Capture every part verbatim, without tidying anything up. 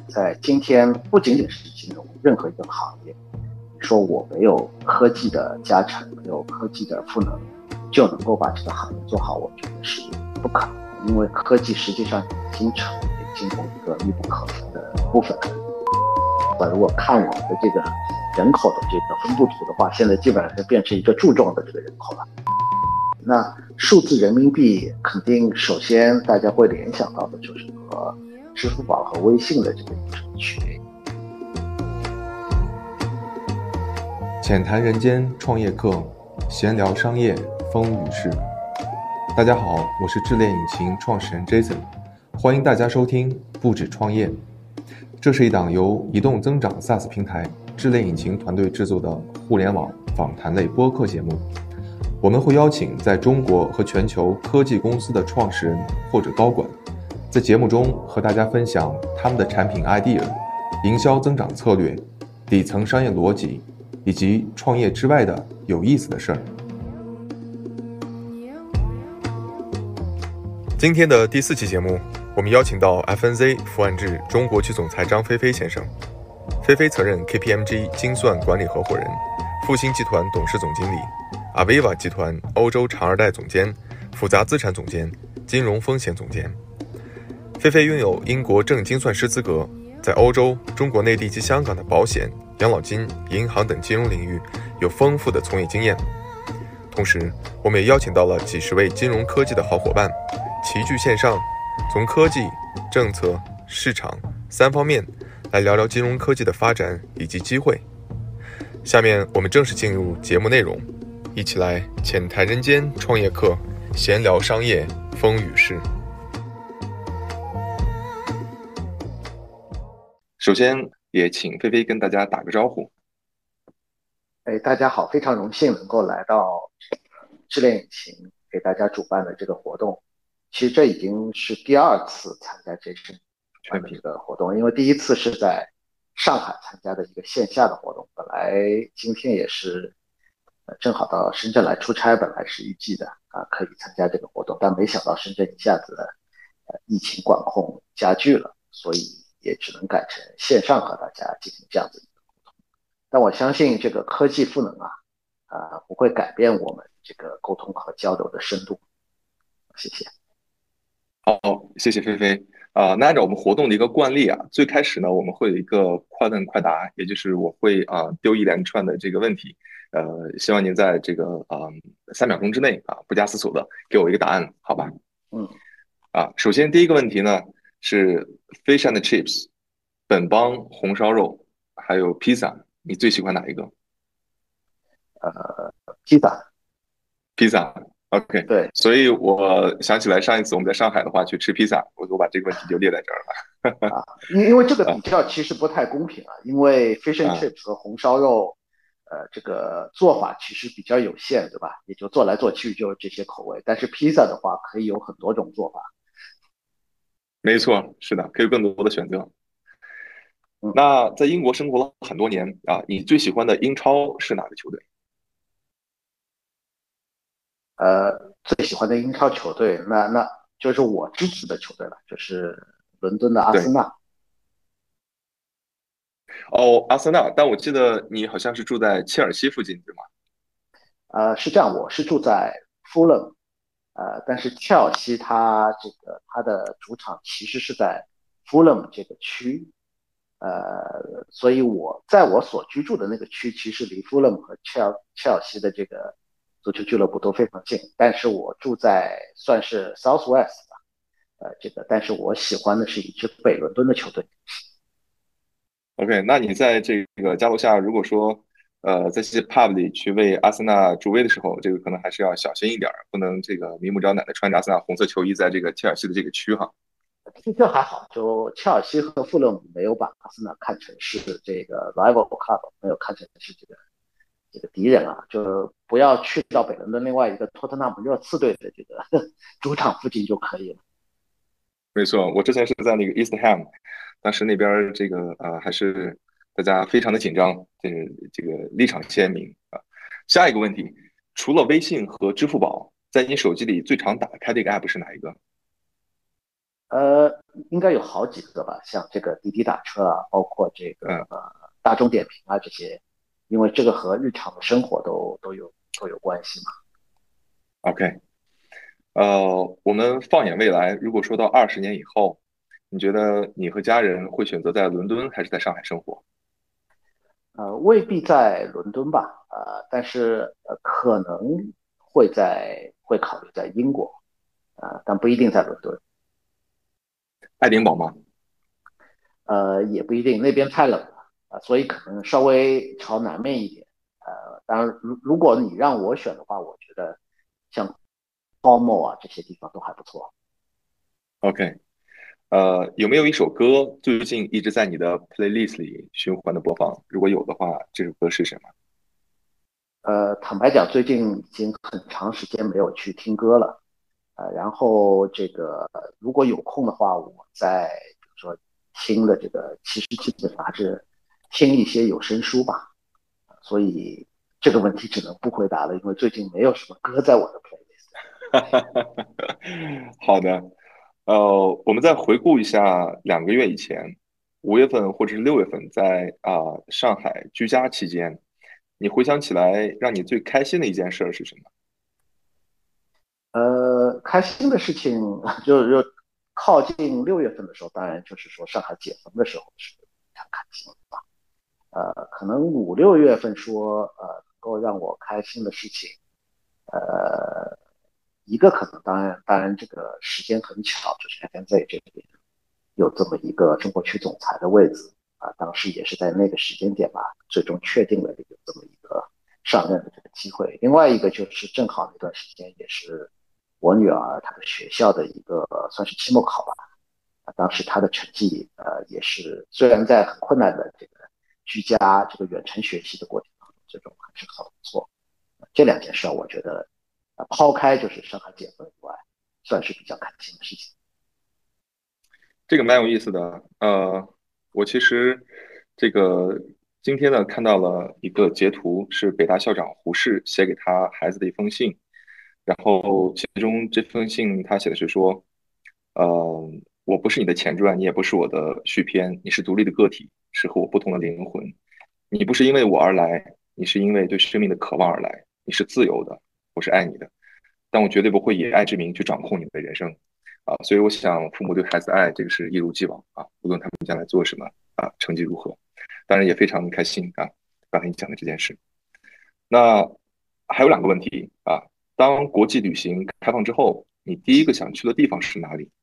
在今天不仅仅是金融，任何一个行业，说我没有科技的加成，没有科技的赋能，就能够把这个行业做好，我觉得是不可能。因为科技实际上已经成为金融一个密不可分的部分了。如果看我们的这个人口的这个分布图的话，现在基本上就变成一个柱状的这个人口了。那数字人民币肯定首先大家会联想到的就是和支付宝和微信的这个有什么区别。 浅谈人间创业课，闲聊商业风雨事。大家好，我是智联引擎创始人 Jason， 欢迎大家收听不止创业。这是一档由移动增长 SaaS 平台智联引擎团队制作的互联网访谈类播客节目。我们会邀请在中国和全球科技公司的创始人或者高管，在节目中和大家分享他们的产品 idea、营销增长策略、底层商业逻辑，以及创业之外的有意思的事儿。今天的第四期节目，我们邀请到 F N Z 富安智中国区总裁张飞飞先生。飞飞曾任 K P M G 精算管理合伙人、复星集团董事总经理、Aviva 集团欧洲长二代总监、复杂资产总监、金融风险总监。飞飞拥有英国正精算师资格，在欧洲、中国内地及香港的保险、养老金、银行等金融领域有丰富的从业经验。同时，我们也邀请到了几十位金融科技的好伙伴，齐聚线上，从科技、政策、市场三方面来聊聊金融科技的发展以及机会。下面我们正式进入节目内容，一起来浅谈人间创业课，闲聊商业风雨事。首先也请菲菲跟大家打个招呼。 哎，大家好，非常荣幸能够来到智联引擎给大家主办的这个活动。其实这已经是第二次参加这次办的这个活动，因为第一次是在上海参加的一个线下的活动，本来今天也是呃正好到深圳来出差，本来是预计的啊可以参加这个活动，但没想到深圳一下子呃疫情管控加剧了，所以也只能改成线上和大家进行这样子一个沟通。但我相信这个科技赋能啊啊不会改变我们这个沟通和交流的深度。谢谢。 好，谢谢菲菲。啊、呃，那按照我们活动的一个惯例啊，最开始呢，我们会有一个快问快答，也就是我会啊、呃、丢一连串的这个问题，呃，希望您在这个啊、呃、三秒钟之内啊不加思索的给我一个答案，好吧？ 嗯。 啊，首先第一个问题呢是 fish and chips， 本帮红烧肉，还有披萨，你最喜欢哪一个？ 呃，披萨。 披萨。OK， 对。 所以我想起来上一次我们在上海的话去吃披萨，我就把这个问题就列在这儿了。 啊，因因为这个啊比较其实不太公平啊，因为 fish and 啊， chips 和红烧肉，呃，这个做法其实比较有限，对吧？也就做来做去就这些口味，但是披萨的话可以有很多种做法。 没错，是的，可以有更多的选择。 嗯。 那在英国生活了很多年啊，你最喜欢的英超是哪个球队？ 呃，最喜欢的英超球队，那那就是我支持的球队了，就是伦敦的阿对， 森纳。 哦，阿森纳，但我记得你好像是住在切尔西附近，对吗？ 呃，是这样，我是住在 Fulham，呃，但是切尔西它这个它的主场其实是在 Fulham 这个区，呃，所以我在我所居住的那个区，其实离 Fulham 和切尔切尔西的这个足球俱乐部都非常近，但是我住在算是 South West 吧，呃，这个，但是我喜欢的是一支北伦敦的球队。 OK，那你在这个家楼下，如果说呃在这些 pub 里去为阿森纳助威的时候，这个可能还是要小心一点儿，不能这个明目张胆的穿着阿森纳红色球衣在这个切尔西的这个区哈。 这这还好，就切尔西和富勒姆没有把阿森纳看成是这个 rival club，没有看成是这个这个敌人啊，就不要去到北伦敦另外一个托特纳姆热刺队的这个主场附近就可以了。 没错，我之前是在那个 East Ham，当时那边这个呃还是大家非常的紧张，这个这个立场鲜明啊。下一个问题，除了微信和支付宝，在你手机里最常打开的一个 app 是哪一个？ 呃，应该有好几个吧，像这个滴滴打车啊，包括这个嗯呃大众点评啊这些，因为这个和日常的生活都都有都有关系嘛。 ，OK，呃，我们放眼未来，如果说到二十年以后，你觉得你和家人会选择在伦敦还是在上海生活？ 呃，未必在伦敦吧，呃，但是呃可能会在会考虑在英国，呃，但不一定在伦敦， 爱丁堡吗？ 呃，也不一定，那边太冷了啊，呃所以可能稍微朝南面一点。呃，当然，如如果你让我选的话，我觉得像 Cornwall 啊这些地方都还不错。 OK，呃，有没有一首歌最近一直在你的 playlist 里循环的播放？如果有的话，这首歌是什么？ 呃，坦白讲，最近已经很长时间没有去听歌了。呃，然后这个如果有空的话，我在比如说听的这个其实基本上还是听一些有声书吧。所以这个问题只能不回答了，因为最近没有什么歌在我的 playlist。 好的，呃，我们再回顾一下两个月以前，五月份或者是六月份在啊、上海居家期间，你回想起来让你最开心的一件事儿是什么？ 呃，开心的事情就就靠近六月份的时候，当然就是说上海解封的时候是非常开心的吧。呃，可能五六月份说呃能够让我开心的事情，呃，一个可能当然当然这个时间很巧，就是 F N Z 这边有这么一个中国区总裁的位置啊，当时也是在那个时间点吧，最终确定了有这么一个上任的这个机会。另外一个就是正好那段时间也是我女儿她的学校的一个算是期末考吧，啊，当时她的成绩呃也是虽然在很困难的这个居家这个远程学习的过程当中，最终还是考得不错。这两件事我觉得呃抛开就是上海解封以外，算是比较开心的事情。 这个蛮有意思的。呃，我其实这个今天呢看到了一个截图，是北大校长胡适写给他孩子的一封信。然后其中这封信他写的是说，呃，我不是你的前传，你也不是我的续篇，你是独立的个体，是和我不同的灵魂。你不是因为我而来，你是因为对生命的渴望而来。你是自由的，我是爱你的，但我绝对不会以爱之名去掌控你的人生。啊，所以我想，父母对孩子的爱，这个是一如既往啊，无论他们将来做什么啊，成绩如何，当然也非常开心啊，刚才你讲的这件事。那还有两个问题啊，当国际旅行开放之后，你第一个想去的地方是哪里？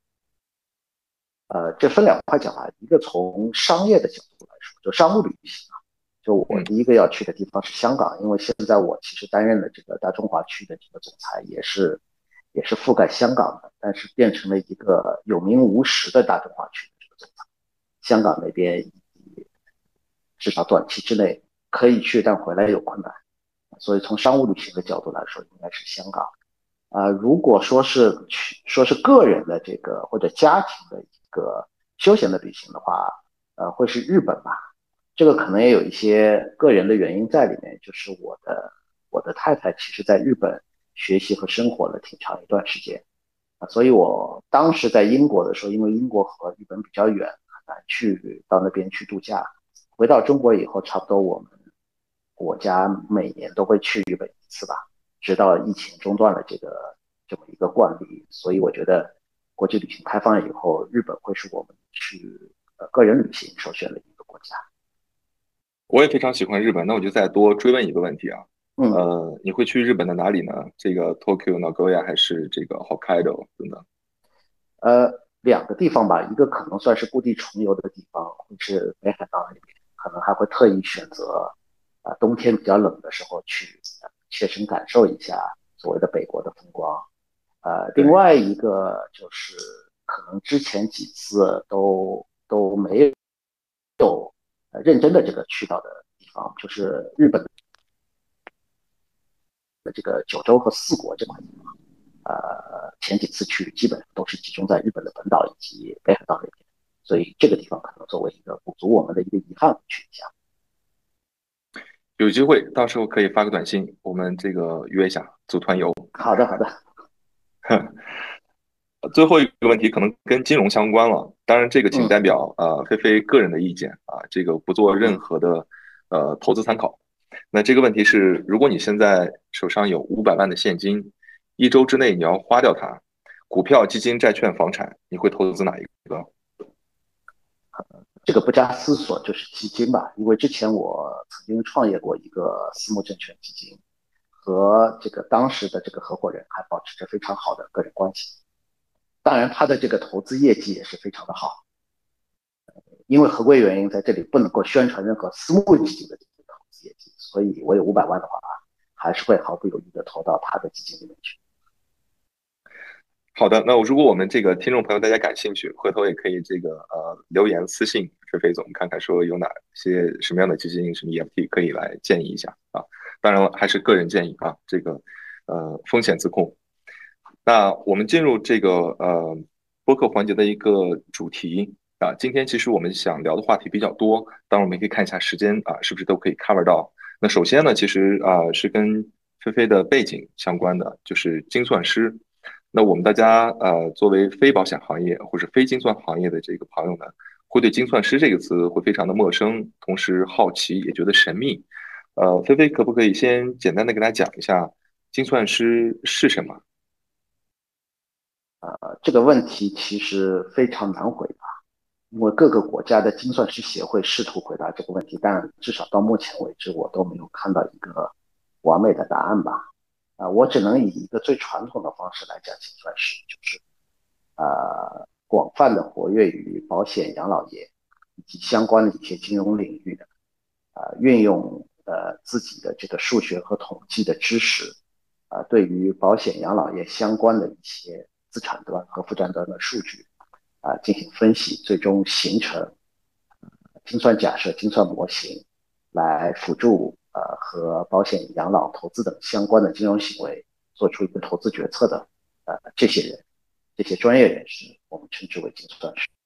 呃，这分两块讲啊，一个从商业的角度来说，就商务旅行啊，就我嗯， 第一个要去的地方是香港，因为现在我其实担任了这个大中华区的这个总裁，也是也是覆盖香港的，但是变成了一个有名无实的大中华区的这个总裁。香港那边至少短期之内可以去，但回来有困难，所以从商务旅行的角度来说，应该是香港。啊、呃如果说是去说是个人的这个或者家庭的一个休闲的旅行的话，呃，会是日本吧。这个可能也有一些个人的原因在里面，就是我的我的太太其实在日本学习和生活了挺长一段时间啊，所以我当时在英国的时候，因为英国和日本比较远，很难去到那边去度假。回到中国以后，差不多我们国家每年都会去日本一次吧。直到疫情中断了这个这么一个惯例，所以我觉得国际旅行开放以后，日本会是我们去呃个人旅行首选的一个国家。 我也非常喜欢日本，那我就再多追问一个问题啊， 嗯， 呃，你会去日本的哪里呢？这个 Tokyo、Nagoya 还是这个 Hokkaido 等等？ 呃，两个地方吧，一个可能算是故地重游的地方，会是北海道那边，可能还会特意选择啊、呃冬天比较冷的时候去，呃切身感受一下所谓的北国的风光。呃，另对。 外一个就是可能之前几次都都没有呃认真的这个去到的地方，就是日本的这个九州和四国这块地方。呃，前几次去基本上都是集中在日本的本岛以及北海道那边，所以这个地方可能作为一个补足我们的一个遗憾去一下。 有机会到时候可以发个短信，我们这个约一下组团游。 好的，好的。 最后一个问题可能跟金融相关了，当然这个请代嗯表呃菲菲个人的意见啊，这个不做任嗯何的呃投资参考。那这个问题是，如果你现在手上有五百万的现金，一周之内你要花掉它，股票、基金、债券、房产，你会投资哪一个？ 这个不加思索就是基金吧，因为之前我曾经创业过一个私募证券基金，和这个当时的这个合伙人还保持着非常好的个人关系。当然，他的这个投资业绩也是非常的好，因为合规原因，在这里不能够宣传任何私募基金的这个投资业绩，所以我有五百万的话，还是会毫不犹豫的投到他的基金里面去。 好的，那如果我们这个听众朋友大家感兴趣，回头也可以这个呃留言私信菲菲总，看看说有哪些什么样的基金、什么 E F T 可以来建议一下啊。当然了，还是个人建议啊，这个呃风险自控。那我们进入这个呃播客环节的一个主题啊，今天其实我们想聊的话题比较多，当然我们也可以看一下时间啊，是不是都可以 cover 到。那首先呢，其实啊是跟菲菲的背景相关的，就是精算师。那我们大家呃，作为非保险行业或者非精算行业的这个朋友呢，会对精算师这个词会非常的陌生，同时好奇，也觉得神秘。呃，菲菲可不可以先简单的跟大家讲一下精算师是什么？ 呃，这个问题其实非常难回答，因为各个国家的精算师协会试图回答这个问题，但至少到目前为止，我都没有看到一个完美的答案吧。啊、呃我只能以一个最传统的方式来讲精算师，就是呃广泛的活跃于保险、养老业以及相关的一些金融领域的，呃运用呃自己的这个数学和统计的知识，啊、呃对于保险、养老业相关的一些资产端和负债端的数据啊、呃进行分析，最终形成精算假设、精算模型，来辅助呃和保险、养老、投资等相关的金融行为做出一个投资决策的呃这些人，这些专业人士，我们称之为精算师。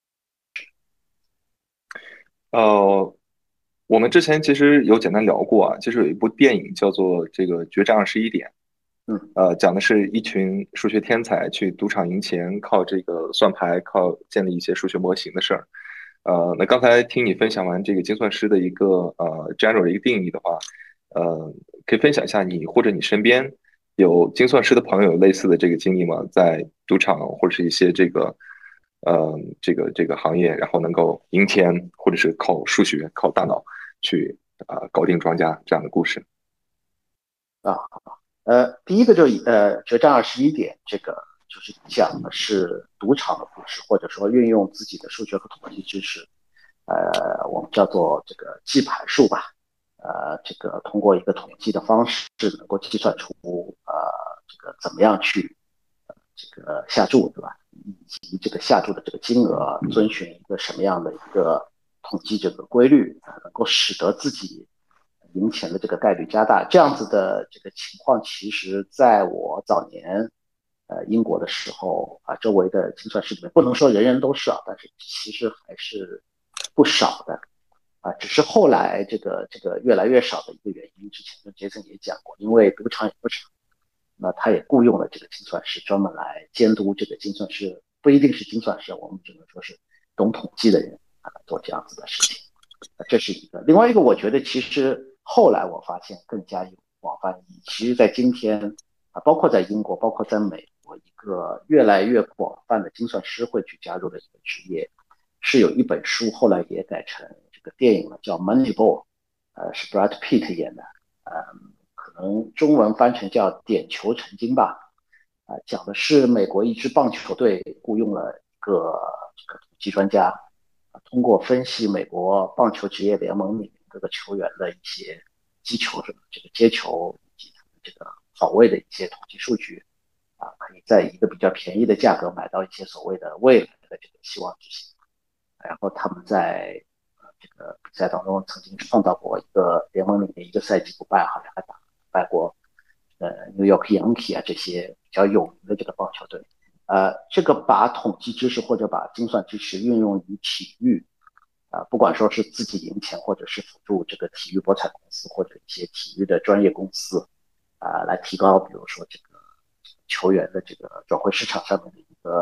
呃，我们之前其实有简单聊过啊，其实有一部电影叫做这个《决战二十一点》， 嗯呃，讲的是一群数学天才去赌场赢钱，靠这个算牌，靠建立一些数学模型的事儿。呃，那刚才听你分享完这个精算师的一个呃 general 的一个定义的话，呃，可以分享一下你或者你身边有精算师的朋友有类似的这个经历吗？在赌场或者是一些这个呃这个这个行业，然后能够赢钱，或者是靠数学、靠大脑去啊、呃搞定庄家这样的故事。 啊，呃，第一个就呃决战二十一点，这个就是讲的是赌场的故事，或者说运用自己的数学和统计知识，呃，我们叫做这个记牌数吧，呃，这个通过一个统计的方式，能够计算出呃这个怎么样去呃这个下注，对吧？以及这个下注的这个金额遵循一个什么样的一个统计这个规律，啊，能够使得自己赢钱的这个概率加大。这样子的这个情况，其实在我早年呃英国的时候啊，周围的精算师里面，不能说人人都是啊，但是其实还是不少的。啊，只是后来这个这个越来越少的一个原因，之前跟杰森也讲过，因为赌场也不少，那他也雇佣了这个精算师专门来监督这个精算师，不一定是精算师，我们只能说是懂统计的人啊做这样子的事情。啊这是一个。另外一个，我觉得其实后来我发现更加有广泛意义。其实，在今天啊，包括在英国，包括在美国，一个越来越广泛的精算师会去加入的一个职业，是有一本书后来也改成这个电影了，叫《Moneyball》，呃，是 Brad Pitt 演的，呃，可能中文翻成叫《点球成金》吧，啊、呃，讲的是美国一支棒球队雇佣了一个这个统计专家，啊，通过分析美国棒球职业联盟里面各个球员的一些击球什么这个接球以及他们这个跑位的一些统计数据，啊，可以在一个比较便宜的价格买到一些所谓的未来的这个希望之星。然后他们在呃这个比赛当中曾经创造过一个联盟里面一个赛季不败，好像还打败过呃 New York Yankee 啊这些比较有名的这个棒球队。呃，这个把统计知识或者把精算知识运用于体育，啊、呃不管说是自己赢钱，或者是辅助这个体育博彩公司或者一些体育的专业公司，啊、呃来提高比如说这个球员的这个转会市场上面的一个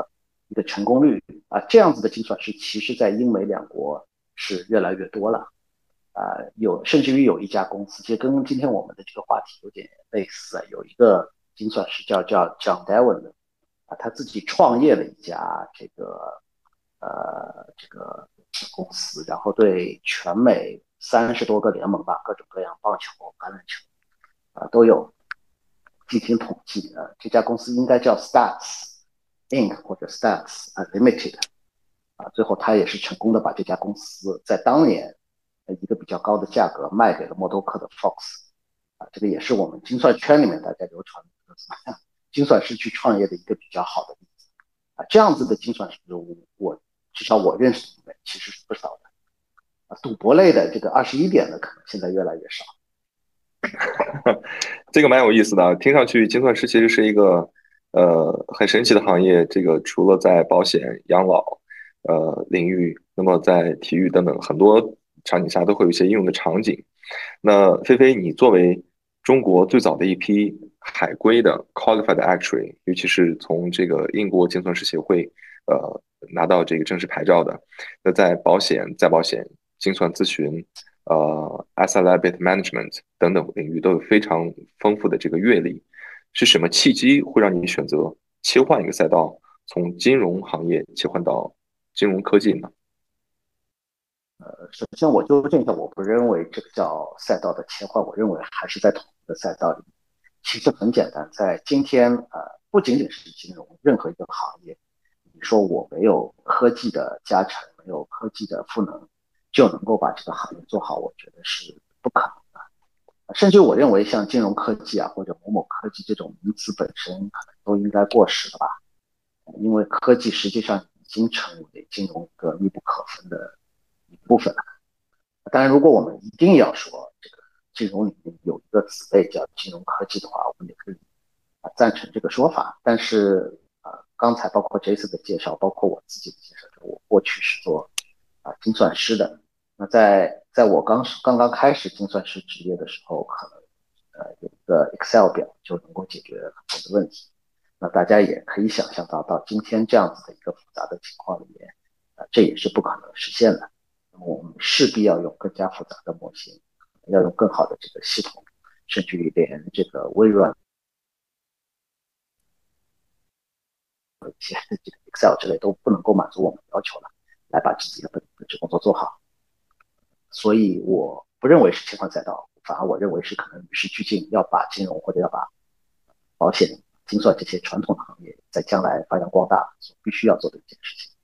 一个成功率啊，这样子的精算师其实在英美两国是越来越多了啊，有甚至于有一家公司，其实跟今天我们的这个话题有点类似，有一个精算师叫叫 John Devon 的啊，他自己创业了一家这个呃这个公司，然后对全美三十多个联盟吧，各种各样棒球、橄榄球啊都有进行统计的。这家公司应该叫 Stats Inc 或者 Stats Limited 啊，最后他也是成功的把这家公司在当年一个比较高的价格卖给了默多克的 Fox 啊，这个也是我们精算圈里面大家流传的怎么样精算师去创业的一个比较好的例子啊，这样子的精算师我我至少我认识的其实是不少的啊，赌博类的这个二十一点的可能现在越来越少。 这个蛮有意思的啊，听上去精算师其实是一个呃很神奇的行业。这个除了在保险、养老呃领域，那么在体育等等很多场景下都会有一些应用的场景。那菲菲，你作为中国最早的一批海归的 qualified actuary，尤其是从这个英国精算师协会呃拿到这个正式牌照的，那在保险、再保险、精算咨询、呃 asset liability management 等等领域都有非常丰富的这个阅历。是什么契机会让你选择切换一个赛道，从金融行业切换到金融科技呢？ 呃，首先我纠正一下，我不认为这个叫赛道的切换，我认为还是在同一个赛道里。其实很简单，在今天呃，不仅仅是金融，任何一个行业，你说我没有科技的加成，没有科技的赋能，就能够把这个行业做好，我觉得是不可能的。甚至我认为像金融科技啊，或者某某科技这种名词本身，可能都应该过时了吧。因为科技实际上已经成为金融一个密不可分的一部分了。当然，如果我们一定要说这个金融里面有一个子类叫金融科技的话，我们也可以啊赞成这个说法。但是啊、呃，刚才包括 Jason 的介绍，包括我自己的介绍，我过去是做啊、呃、精算师的。那在在我刚刚刚开始精算师职业的时候，可能呃有一个 Excel 表就能够解决很多的问题。那大家也可以想象到，到今天这样子的一个复杂的情况里面，啊、呃，这也是不可能实现的。那么我们势必要用更加复杂的模型，要用更好的这个系统，甚至于连这个微软和一些这个 Excel 之类都不能够满足我们要求了，来把自己的本本职工作做好。所以我不认为是切换赛道，反而我认为是可能与时俱进，要把金融或者要把保险、精算这些传统的行业在将来发扬光大所必须要做的一件事情。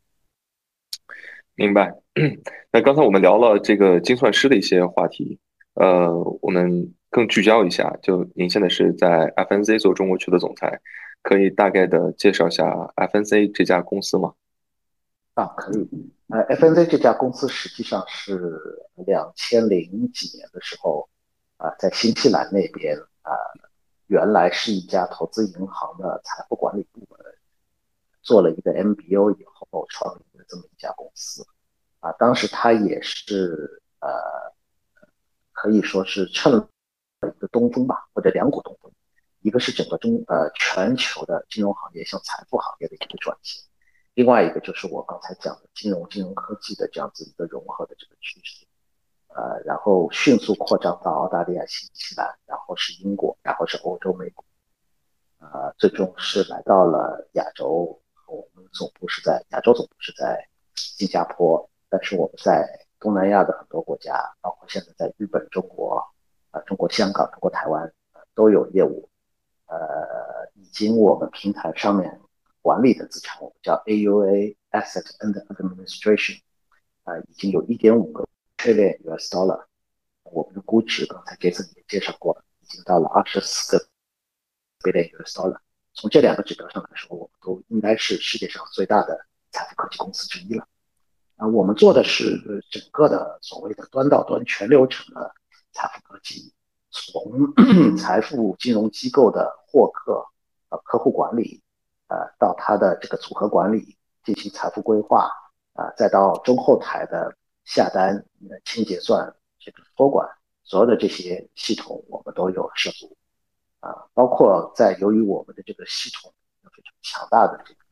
明白。那刚才我们聊了这个精算师的一些话题，呃，我们更聚焦一下，就您现在是在 F N Z 做中国区的总裁，可以大概的介绍一下 F N Z 这家公司吗？ 啊，可以。呃，F N Z 这家公司实际上是两千零几年的时候，啊、在新西兰那边啊、原来是一家投资银行的财富管理部门，做了一个 M B O 以后创立的这么一家公司。啊，当时他也是呃，可以说是趁了一个东风吧，或者两股东风，一个是整个中呃全球的金融行业向财富行业的一个转型，另外一个就是我刚才讲的金融金融科技的这样子一个融合的这个趋势，呃，然后迅速扩张到澳大利亚、新西兰，然后是英国，然后是欧洲、美国，呃，最终是来到了亚洲，我们总部是在亚洲总部是在新加坡，但是我们在东南亚的很多国家，包括现在在日本、中国、啊、呃、中国香港、中国台湾、呃、都有业务。呃，已经我们平台上面管理的资产，我们叫 A U A Asset Under Administration，啊、呃，已经有一点五个 trillion U S dollar，我们的估值刚才 Jason 也介绍过了，已经到了二十四个 billion U S dollar。从这两个指标上来说，我们都应该是世界上最大的财富科技公司之一了。啊，我们做的是整个的所谓的端到端全流程的财富科技，从财富金融机构的获客、呃客户管理，呃到它的这个组合管理，进行财富规划，啊、呃、再到中后台的下单、呃清结算、这个托管，所有的这些系统我们都有涉足。啊、呃包括在由于我们的这个系统非常强大的这个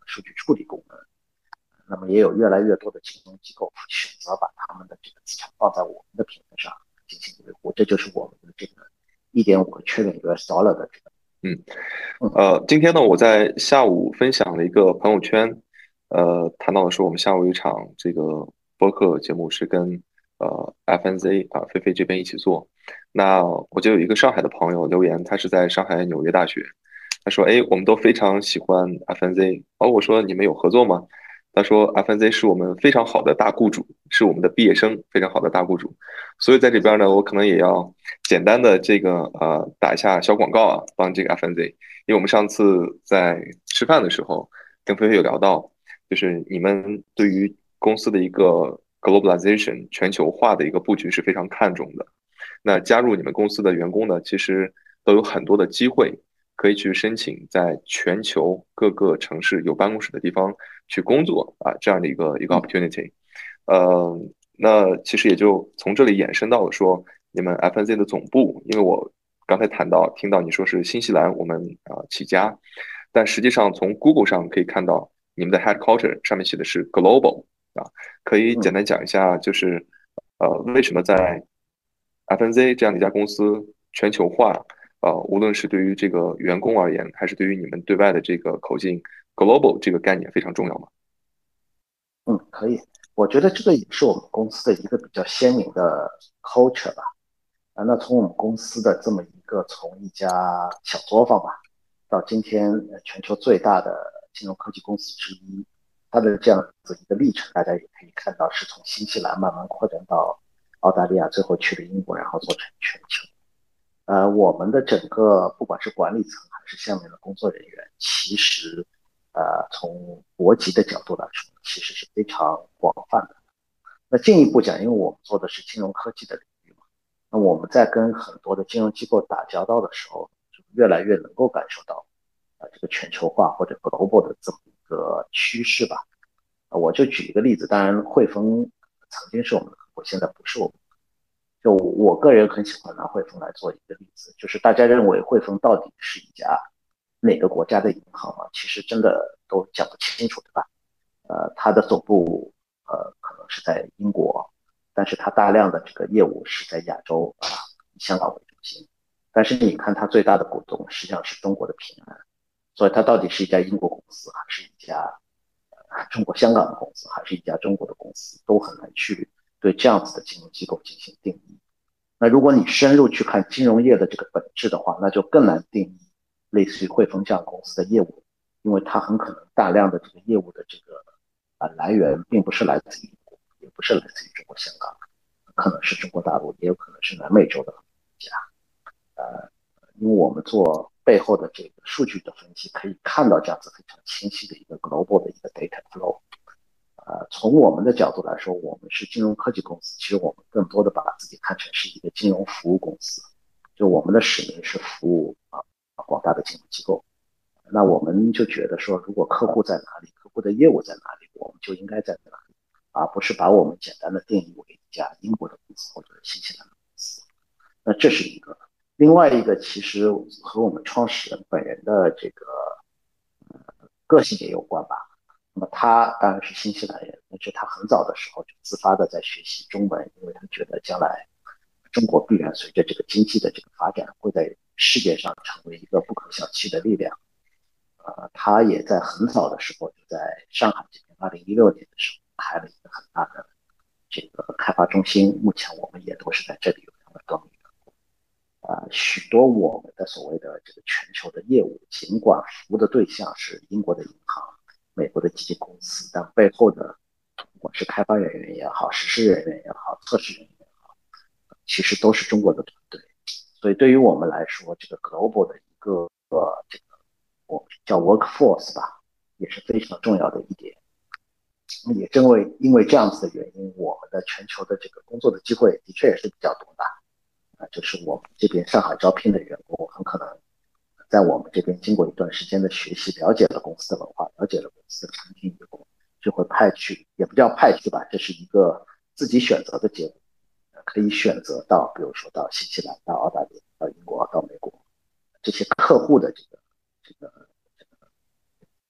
数据处理功能。那么也有越来越多的金融机构选择把他们的这个资产放在我们的平台上进行维护，这就是我们的这个一点五个 trillion U S dollar 的这个。 嗯，呃，今天呢，我在下午分享了一个朋友圈，呃，谈到的是我们下午有一场这个播客节目是跟呃 F N Z 啊、菲菲这边一起做。那我就有一个上海的朋友留言，他是在上海纽约大学，他说：“哎，我们都非常喜欢 F N Z。”哦，我说：“你们有合作吗？”他说：“F N Z 是我们非常好的大雇主，是我们的毕业生，非常好的大雇主。”所以在这边呢，我可能也要简单的这个呃打一下小广告啊，帮这个 F N Z。因为我们上次在吃饭的时候跟菲菲有聊到，就是你们对于公司的一个 globalization 全球化的一个布局是非常看重的。那加入你们公司的员工呢，其实都有很多的机会可以去申请在全球各个城市有办公室的地方去工作啊，这样的一个一个 opportunity。呃，那其实也就从这里衍生到了说，你们 F N Z 的总部，因为我刚才谈到听到你说是新西兰我们啊、呃起家，但实际上从 Google 上可以看到你们的 headquarter 上面写的是 global 啊，可以简嗯， 单讲一下，就是呃为什么在 F N Z 这样的一家公司全球化，呃，无论是对于这个员工而言，还是对于你们对外的这个口径，global 这个概念非常重要嘛？ 嗯，可以。我觉得这个也是我们公司的一个比较鲜明的 culture 吧。啊，那从我们公司的这么一个从一家小作坊吧，到今天呃全球最大的金融科技公司之一，它的这样子一个历程，大家也可以看到，是从新西兰慢慢扩展到澳大利亚，最后去了英国，然后做成全球。呃，我们的整个不管是管理层还是下面的工作人员，其实呃从国籍的角度来说，其实是非常广泛的。那进一步讲，因为我们做的是金融科技的领域嘛，那我们在跟很多的金融机构打交道的时候，就越来越能够感受到啊、呃、这个全球化或者 global 的这么一个趋势吧。啊、我就举一个例子，当然汇丰曾经是我们的客户，现在不是我们。就我个人很喜欢拿汇丰来做一个例子，就是大家认为汇丰到底是一家哪个国家的银行嘛，其实真的都讲不清楚，对吧？呃，它的总部呃可能是在英国，但是它大量的这个业务是在亚洲啊，以香港为中心。但是你看它最大的股东实际上是中国的平安，所以它到底是一家英国公司，还是一家呃中国香港的公司，还是一家中国的公司，都很难去对这样子的金融机构进行定义。那如果你深入去看金融业的这个本质的话，那就更难定义类似于汇丰这样公司的业务，因为它很可能大量的这个业务的这个啊、呃来源并不是来自于英国，也不是来自于中国香港，可能是中国大陆，也有可能是南美洲的国家。呃，因为我们做背后的这个数据的分析，可以看到这样子非常清晰的一个 global 的一个 data flow。呃，从我们的角度来说，我们是金融科技公司，其实我们更多的把自己看成是一个金融服务公司，就我们的使命是服务啊广大的金融机构。那我们就觉得说，如果客户在哪里，客户的业务在哪里，我们就应该在哪里，而不是把我们简单的定义为一家英国的公司或者新西兰的公司。那这是一个。另外一个其实和我们创始人本人的这个个性也有关吧。那么他当然是新西兰人，但是他很早的时候就自发的在学习中文，因为他觉得将来中国必然随着这个经济的这个发展，会在世界上成为一个不可小觑的力量。呃，他也在很早的时候就在上海这边，二零一六年的时候开了一个很大的这个开发中心，目前我们也都是在这里有两百多名啊，许多我们的所谓的这个全球的业务，尽管服务的对象是英国的银行、美国的基金公司，但背后的不管是开发人员也好、实施人员也好、测试人员也好，其实都是中国的团队。所以对于我们来说，这个 global 的一个呃这个我们叫 workforce 吧，也是非常重要的一点。也正为因为这样子的原因，我们的全球的这个工作的机会的确也是比较多的。啊，就是我们这边上海招聘的员工，很可能在我们这边经过一段时间的学习，了解了公司的文化，了解了公司的产品以后，就会派去，也不叫派去吧，这是一个自己选择的结果，可以选择到，比如说到新西兰、到澳大利亚、到英国、到美国这些客户的这个这个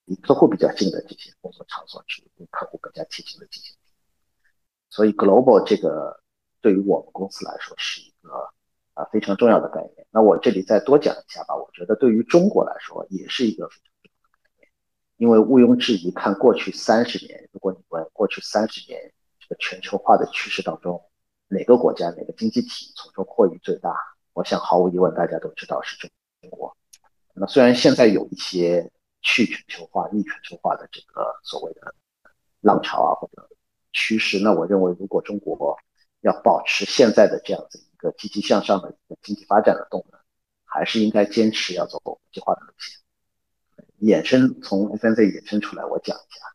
离客户比较近的这些工作场所去跟客户更加贴近的进行。所以 global 这个对于我们公司来说是一个啊、呃、非常重要的概念。那我这里再多讲一下吧，我觉得对于中国来说也是一个非常重要的概念，因为毋庸置疑，看过去三十年，如果你问过去三十年这个全球化的趋势当中，哪个国家哪个经济体从中获益最大，我想毫无疑问大家都知道是中国。那虽然现在有一些去全球化、逆全球化的这个所谓的浪潮啊或者趋势，那我认为如果中国要保持现在的这样子一个积极向上的一个经济发展的动能，还是应该坚持要走国际化的路线。衍生从 F N Z 衍生出来，我讲一下。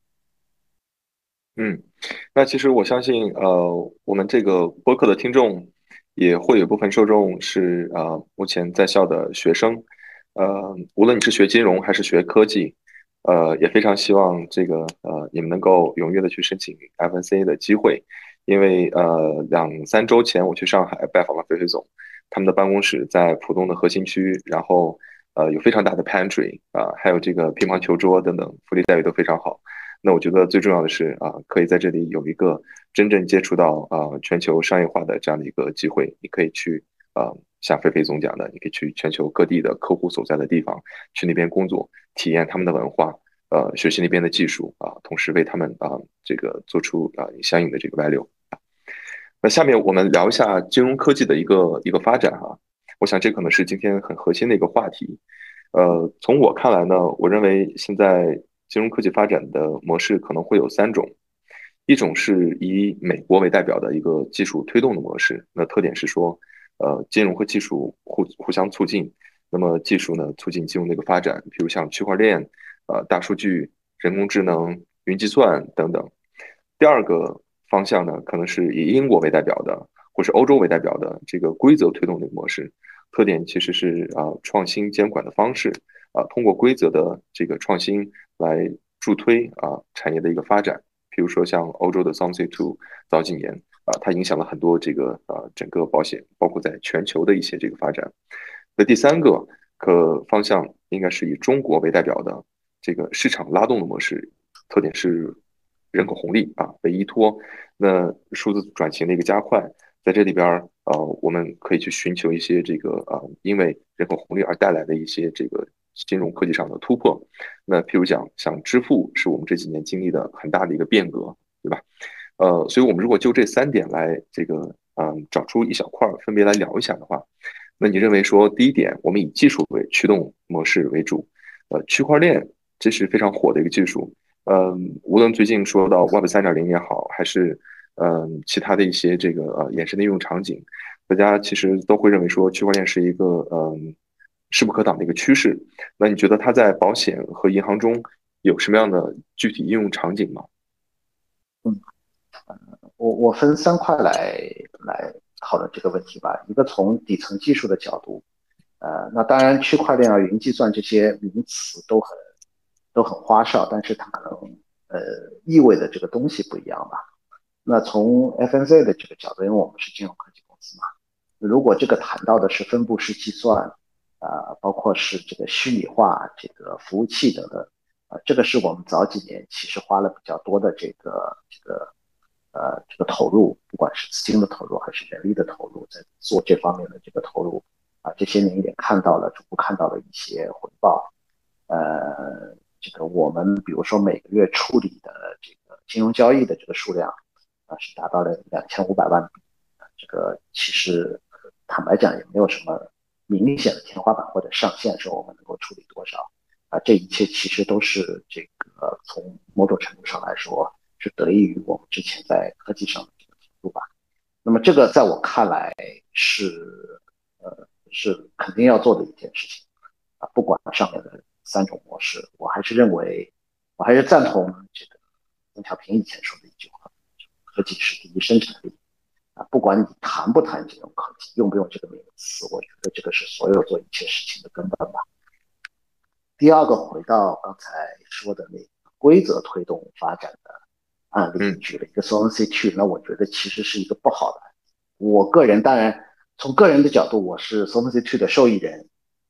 嗯，那其实我相信，呃，我们这个播客的听众也会有部分受众是呃目前在校的学生，呃，无论你是学金融还是学科技，呃，也非常希望这个呃你们能够踊跃的去申请 F N C A 的机会，因为呃两三周前我去上海拜访了飞飞总，他们的办公室在浦东的核心区，然后呃有非常大的 pantry 啊、还有这个乒乓球桌等等，福利待遇都非常好。那我觉得最重要的是啊、可以在这里有一个真正接触到啊、全球商业化的这样的一个机会，你可以去啊、像菲菲总讲的，你可以去全球各地的客户所在的地方，去那边工作，体验他们的文化，呃，学习那边的技术啊、同时为他们啊、这个做出啊、相应的这个 value。那下面我们聊一下金融科技的一个一个发展哈、我想这可能是今天很核心的一个话题。呃，从我看来呢，我认为现在金融科技发展的模式可能会有三种，一种是以美国为代表的一个技术推动的模式，那特点是说，呃，金融和技术互互相促进，那么技术呢促进金融的一个发展，比如像区块链、呃大数据、人工智能、云计算等等。第二个方向呢，可能是以英国为代表的，或是欧洲为代表的这个规则推动的模式，特点其实是啊、呃创新监管的方式啊、呃通过规则的这个创新来助推啊、呃产业的一个发展。比如说像欧洲的 Solvency 二早几年啊、呃它影响了很多这个啊整个保险，包括在全球的一些这个发展。那第三个可方向应该是以中国为代表的这个市场拉动的模式，特点是人口红利啊为依托，那数字转型的一个加快，在这里边儿呃我们可以去寻求一些这个呃因为人口红利而带来的一些这个金融科技上的突破。那譬如讲像支付是我们这几年经历的很大的一个变革，对吧？呃，所以我们如果就这三点来这个嗯、呃找出一小块儿分别来聊一下的话，那你认为说第一点，我们以技术为驱动模式为主，呃，区块链这是非常火的一个技术，嗯，无论最近说到 Web 三点零也好，还是嗯其他的一些这个呃衍生的应用场景，大家其实都会认为说区块链是一个嗯势不可挡的一个趋势。那你觉得它在保险和银行中有什么样的具体应用场景吗？ 嗯，我我分三块来来讨论这个问题吧。一个从底层技术的角度，呃，那当然区块链啊、云计算这些名词都很都很花哨，但是它可能呃意味的这个东西不一样吧。那从 F N Z 的这个角度，因为我们是金融科技公司嘛，如果这个谈到的是分布式计算，啊、呃包括是这个虚拟化、这个服务器等等，啊、呃这个是我们早几年其实花了比较多的这个这个呃这个投入，不管是资金的投入还是人力的投入，在做这方面的这个投入，啊、这些年也看到了，逐步看到了一些回报。呃，这个我们比如说每个月处理的这个金融交易的这个数量，啊、是达到了两千五百万笔。这个其实坦白讲也没有什么明显的天花板或者上限，说我们能够处理多少啊，这一切其实都是这个从某种程度上来说是得益于我们之前在科技上的这个投入吧。那么这个在我看来是呃是肯定要做的一件事情啊，不管上面的三种模式，我还是认为我还是赞同这个邓小平以前说的一句话：科技是第一生产力。啊，不管你谈不谈金融科技，用不用这个名词，我觉得这个是所有做一切事情的根本吧。第二个，回到刚才说的那个规则推动发展的案例，你嗯举了一个 Solvency 二，那我觉得其实是一个不好的案例。我个人当然从个人的角度，我是 Solvency 二的受益人，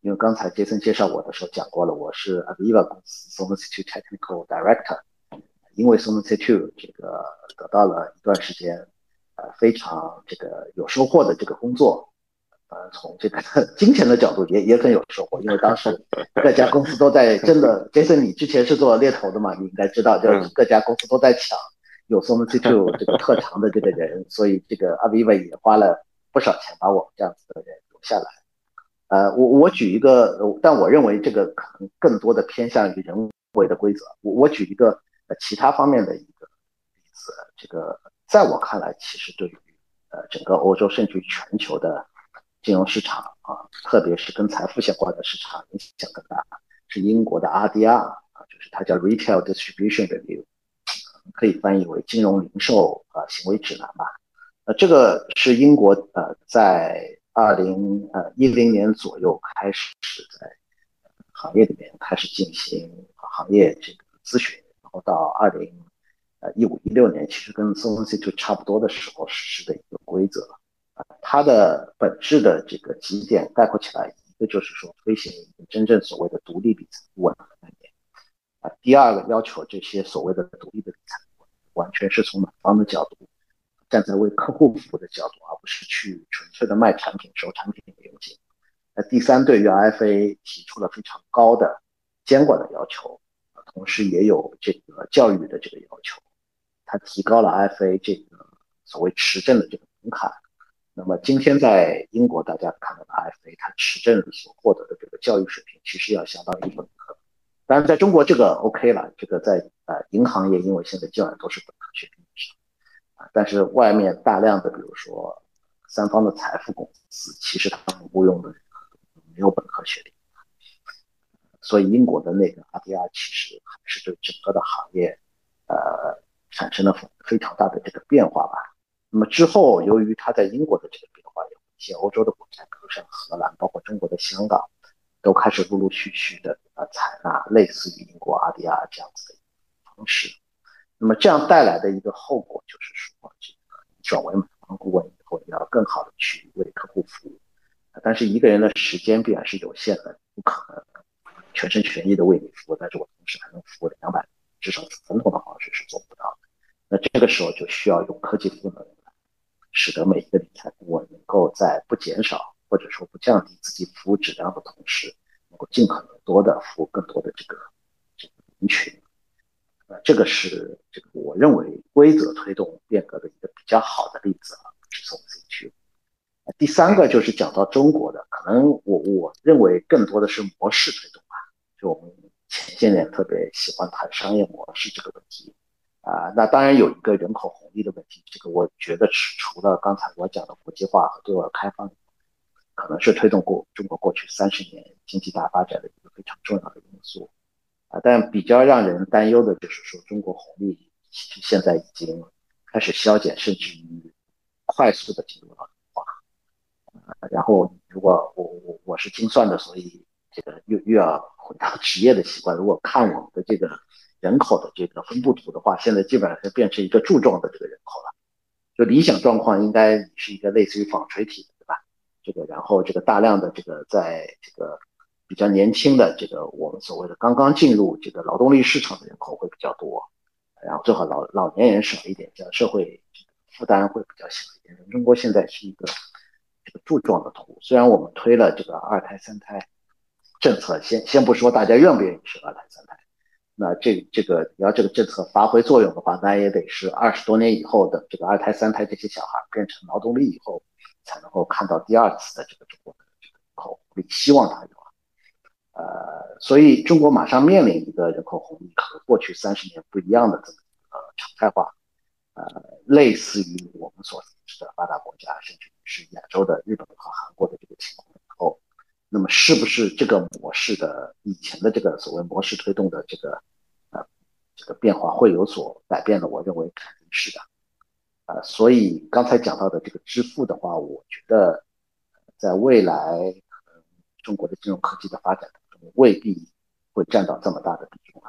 因为刚才杰森介绍我的时候讲过了，我是 Aviva 公司 Solvency two Technical Director。因为 Solvency two 这个得到了一段时间呃非常这个有收获的这个工作，呃从这个金钱的角度也也很有收获，因为当时各家公司都在真的，Jason 你之前是做猎头的嘛，你应该知道，就各家公司都在抢有 Solvency two 这个特长的这个人，所以这个 Aviva 也花了不少钱把我们这样子的人留下来。呃，我我举一个，但我认为这个可能更多的偏向于人为的规则。我我举一个呃其他方面的一个例子，这个在我看来，其实对于呃整个欧洲甚至于全球的金融市场啊，特别是跟财富相关的市场影响更大，是英国的 R D R 啊，就是它叫 Retail Distribution Review， 可以翻译为金融零售啊行为指南吧。呃，这个是英国呃在二零呃一零年左右开始在行业里面开始进行行业这个咨询，然后到二零呃一五一六年，其实跟 Solvency two 差不多的时候实施的一个规则。呃，它的本质的这个几点概括起来，一个就是说推行一个真正所谓的独立理财顾问的概念。啊、呃，第二个要求这些所谓的独立的理财顾问完全是从买方的角度，站在为客户服务的角度，而不是去纯粹的卖产品、收产品的佣金。那第三，对于 I F A 提出了非常高的监管的要求，同时也有这个教育的这个要求，它提高了 I F A 这个所谓持证的这个门槛。那么今天在英国，大家看到的 I F A 它持证所获得的这个教育水平，其实要相当于本科。当然，在中国这个 OK 了，这个在呃银行业，因为现在基本上都是本科学历以上。但是外面大量的，比如说三方的财富公司，其实他们雇佣的人没有本科学历，所以英国的那个 R D R 其实还是对整个的行业呃产生了非常大的这个变化吧。那么之后，由于它在英国的这个变化，有一些欧洲的国家，比如像荷兰，包括中国的香港，都开始陆陆续续的呃采纳类似于英国 R D R 这样子的方式。那么这样带来的一个后果就是说，这个转为买方顾问以后，你要更好的去为客户服务，但是一个人的时间必然是有限的，不可能全心全意的为你服务，但是我同时还能服务两百，至少传统的方式是做不到的。那这个时候就需要用科技赋能，使得每一个理财顾问能够在不减少或者说不降低自己服务质量的同时，能够尽可能多的服务更多的这个这个人群。呃，这个是这个我认为规则推动变革的一个比较好的例子啊，是 Solvency two。第三个就是讲到中国的，可能我我认为更多的是模式推动吧，就我们前些年特别喜欢谈商业模式这个问题啊、呃，那当然有一个人口红利的问题，这个我觉得是除了刚才我讲的国际化和对外开放，可能是推动过中国过去三十年经济大发展的一个非常重要的因素。啊，但比较让人担忧的就是说，中国红利其实现在已经开始消减，甚至于快速的进入了恶化。呃，然后如果我我我是精算的，所以这个又又要回到职业的习惯。如果看我们的这个人口的这个分布图的话，现在基本上是变成一个柱状的这个人口了。就理想状况应该是一个类似于纺锤体的，对吧？这个然后这个大量的这个在这个比较年轻的这个我们所谓的刚刚进入这个劳动力市场的人口会比较多，然后最好老老年人少一点，这样社会负担会比较小一点。中国现在是一个这个柱状的图，虽然我们推了这个二胎三胎政策，先先不说大家愿不愿意生二胎三胎，那这这个你要这个政策发挥作用的话，那也得是二十多年以后的这个二胎三胎这些小孩变成劳动力以后，才能够看到第二次的这个中国的这个人口红利，希望它有。呃，所以中国马上面临一个人口红利和过去三十年不一样的这么一个常态化，呃，类似于我们所熟知的发达国家，甚至是亚洲的日本和韩国的这个情况以后，那么是不是这个模式的以前的这个所谓模式推动的这个呃这个变化会有所改变呢？我认为肯定是的。呃，所以刚才讲到的这个支付的话，我觉得在未来可能中国的金融科技的发展当中，未必会占到这么大的比重啊。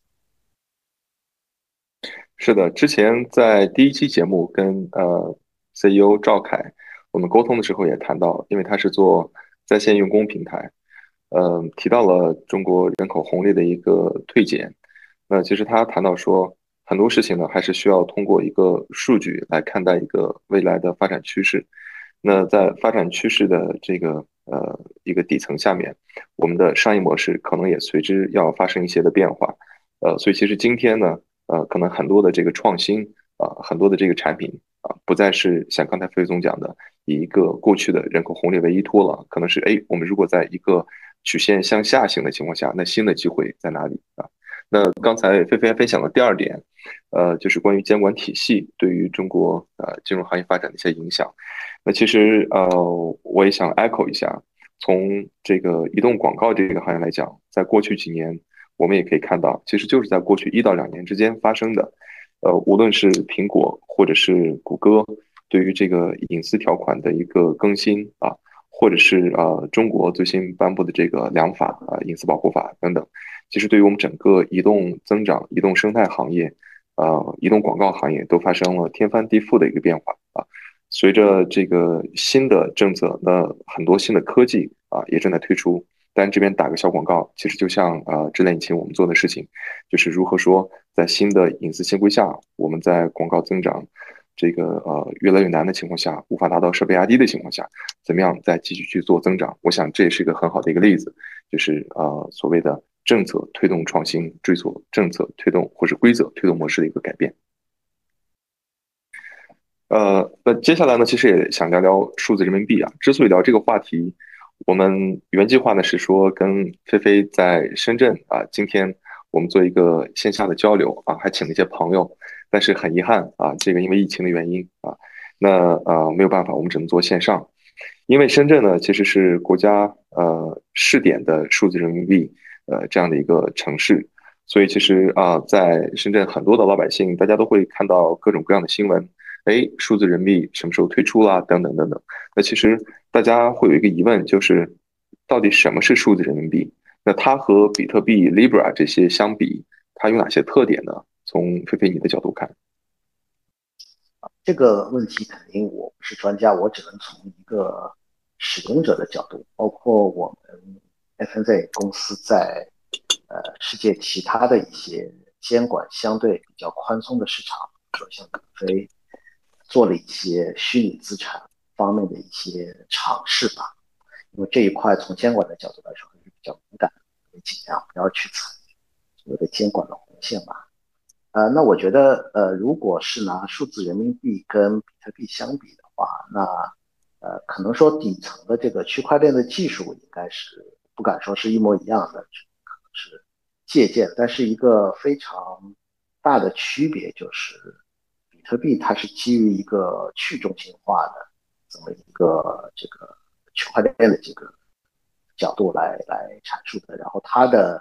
是的，之前在第一期节目跟呃 C E O 赵凯我们沟通的时候也谈到，因为他是做在线用工平台， 呃，提到了中国人口红利的一个退减。那其实他谈到说，很多事情呢，还是需要通过一个数据来看待一个未来的发展趋势。那在发展趋势的这个呃一个底层下面，我们的商业模式可能也随之要发生一些的变化。呃，所以其实今天呢，呃，可能很多的这个创新啊、很多的这个产品啊、不再是像刚才费总讲的，以一个过去的人口红利为依托了，可能是哎，我们如果在一个曲线向下行的情况下，那新的机会在哪里啊？那刚才菲菲还分享了第二点，呃，就是关于监管体系对于中国呃金融行业发展的一些影响。那其实呃，我也想 echo 一下，从这个移动广告这个行业来讲，在过去几年，我们也可以看到，其实就是在过去一到两年之间发生的。呃，无论是苹果或者是谷歌对于这个隐私条款的一个更新啊，或者是呃中国最新颁布的这个良法啊、隐私保护法等等，其实对于我们整个移动增长、移动生态行业、呃移动广告行业都发生了天翻地覆的一个变化啊。随着这个新的政策，那很多新的科技啊也正在推出。但这边打个小广告，其实就像呃智联引擎我们做的事情，就是如何说在新的隐私新规下，我们在广告增长这个呃越来越难的情况下，无法达到设备压低的情况下，怎么样再继续去做增长？我想这也是一个很好的一个例子，就是呃所谓的政策推动创新，追索政策推动或是规则推动模式的一个改变。呃，那接下来呢，其实也想聊聊数字人民币啊。之所以聊这个话题，我们原计划呢是说跟菲菲在深圳啊，今天我们做一个线下的交流啊，还请了一些朋友，但是很遗憾啊，这个因为疫情的原因啊，那呃没有办法，我们只能做线上。因为深圳呢其实是国家呃试点的数字人民币呃这样的一个城市，所以其实啊，在深圳很多的老百姓，大家都会看到各种各样的新闻。哎，数字人民币什么时候推出啦？等等等等。那其实大家会有一个疑问，就是到底什么是数字人民币？那它和比特币、Libra 这些相比，它有哪些特点呢？从菲菲你的角度看。 这个问题肯定我不是专家，我只能从一个使用者的角度，包括我们 F N Z 公司在呃世界其他的一些监管相对比较宽松的市场，比如说像可飞做了一些虚拟资产方面的一些尝试吧。因为这一块从监管的角度来说还是比较敏感的，尽量不要去踩所谓的监管的红线吧。呃，那我觉得，呃，如果是拿数字人民币跟比特币相比的话，那呃，可能说底层的这个区块链的技术应该是不敢说是一模一样的，可能是借鉴，但是一个非常大的区别就是，比特币它是基于一个去中心化的这么一个这个区块链的这个角度来来阐述的，然后它的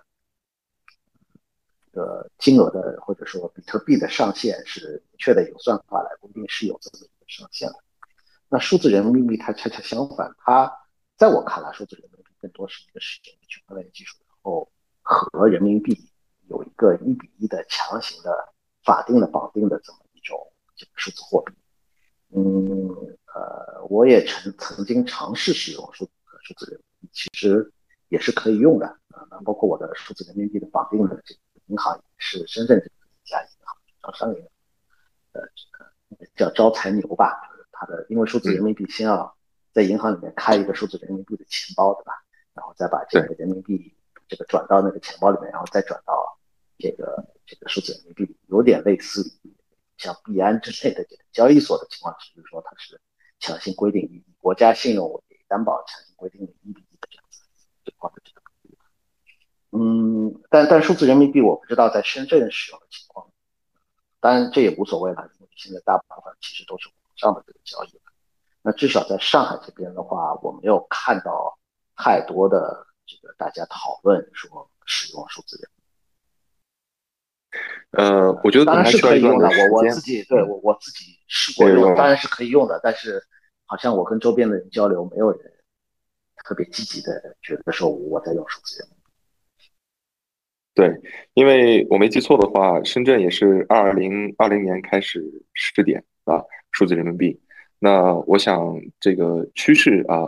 个金额的或者说比特币的上限是明确的有算法来规定是有这么一个上限的。那数字人民币它恰恰相反，它在我看来，数字人民币更多是一个使用区块链技术，然后和人民币有一个一比一的强行的法定的绑定的这么一种这个数字货币。嗯，呃，我也曾曾经尝试使用数数字人民币，其实也是可以用的啊、呃。包括我的数字人民币的绑定的这个银行也是深圳这一家银行，招商银行，呃，这个叫招财牛吧，就是它的，因为数字人嗯， 民币先要在银行里面开一个数字人民币的钱包，对吧？然后再把这对。 个人民币这个转到那个钱包里面，然后再转到这个这个数字人民币，有点类似于像币安之类的这个交易所的情况，只是说它是强行规定以国家信用为担保，强行规定的一比一的这样子情况的这个。嗯，但但数字人民币我不知道在深圳使用的情况，当然这也无所谓了，因为现在大部分其实都是网上的这个交易。那至少在上海这边的话，我没有看到太多的这个大家讨论说使用数字人民币。 呃，我觉得可能还当然是需要一段的可以用的，我我时间。 自己对嗯， 我我自己试过用，当没有用。 然是可以用的，但是好像我跟周边的人交流，没有人特别积极的觉得说我在用数字人民币。 对，因为我没记错的话，深圳也是二零二零年开始试点啊数字人民币。那我想这个趋势啊，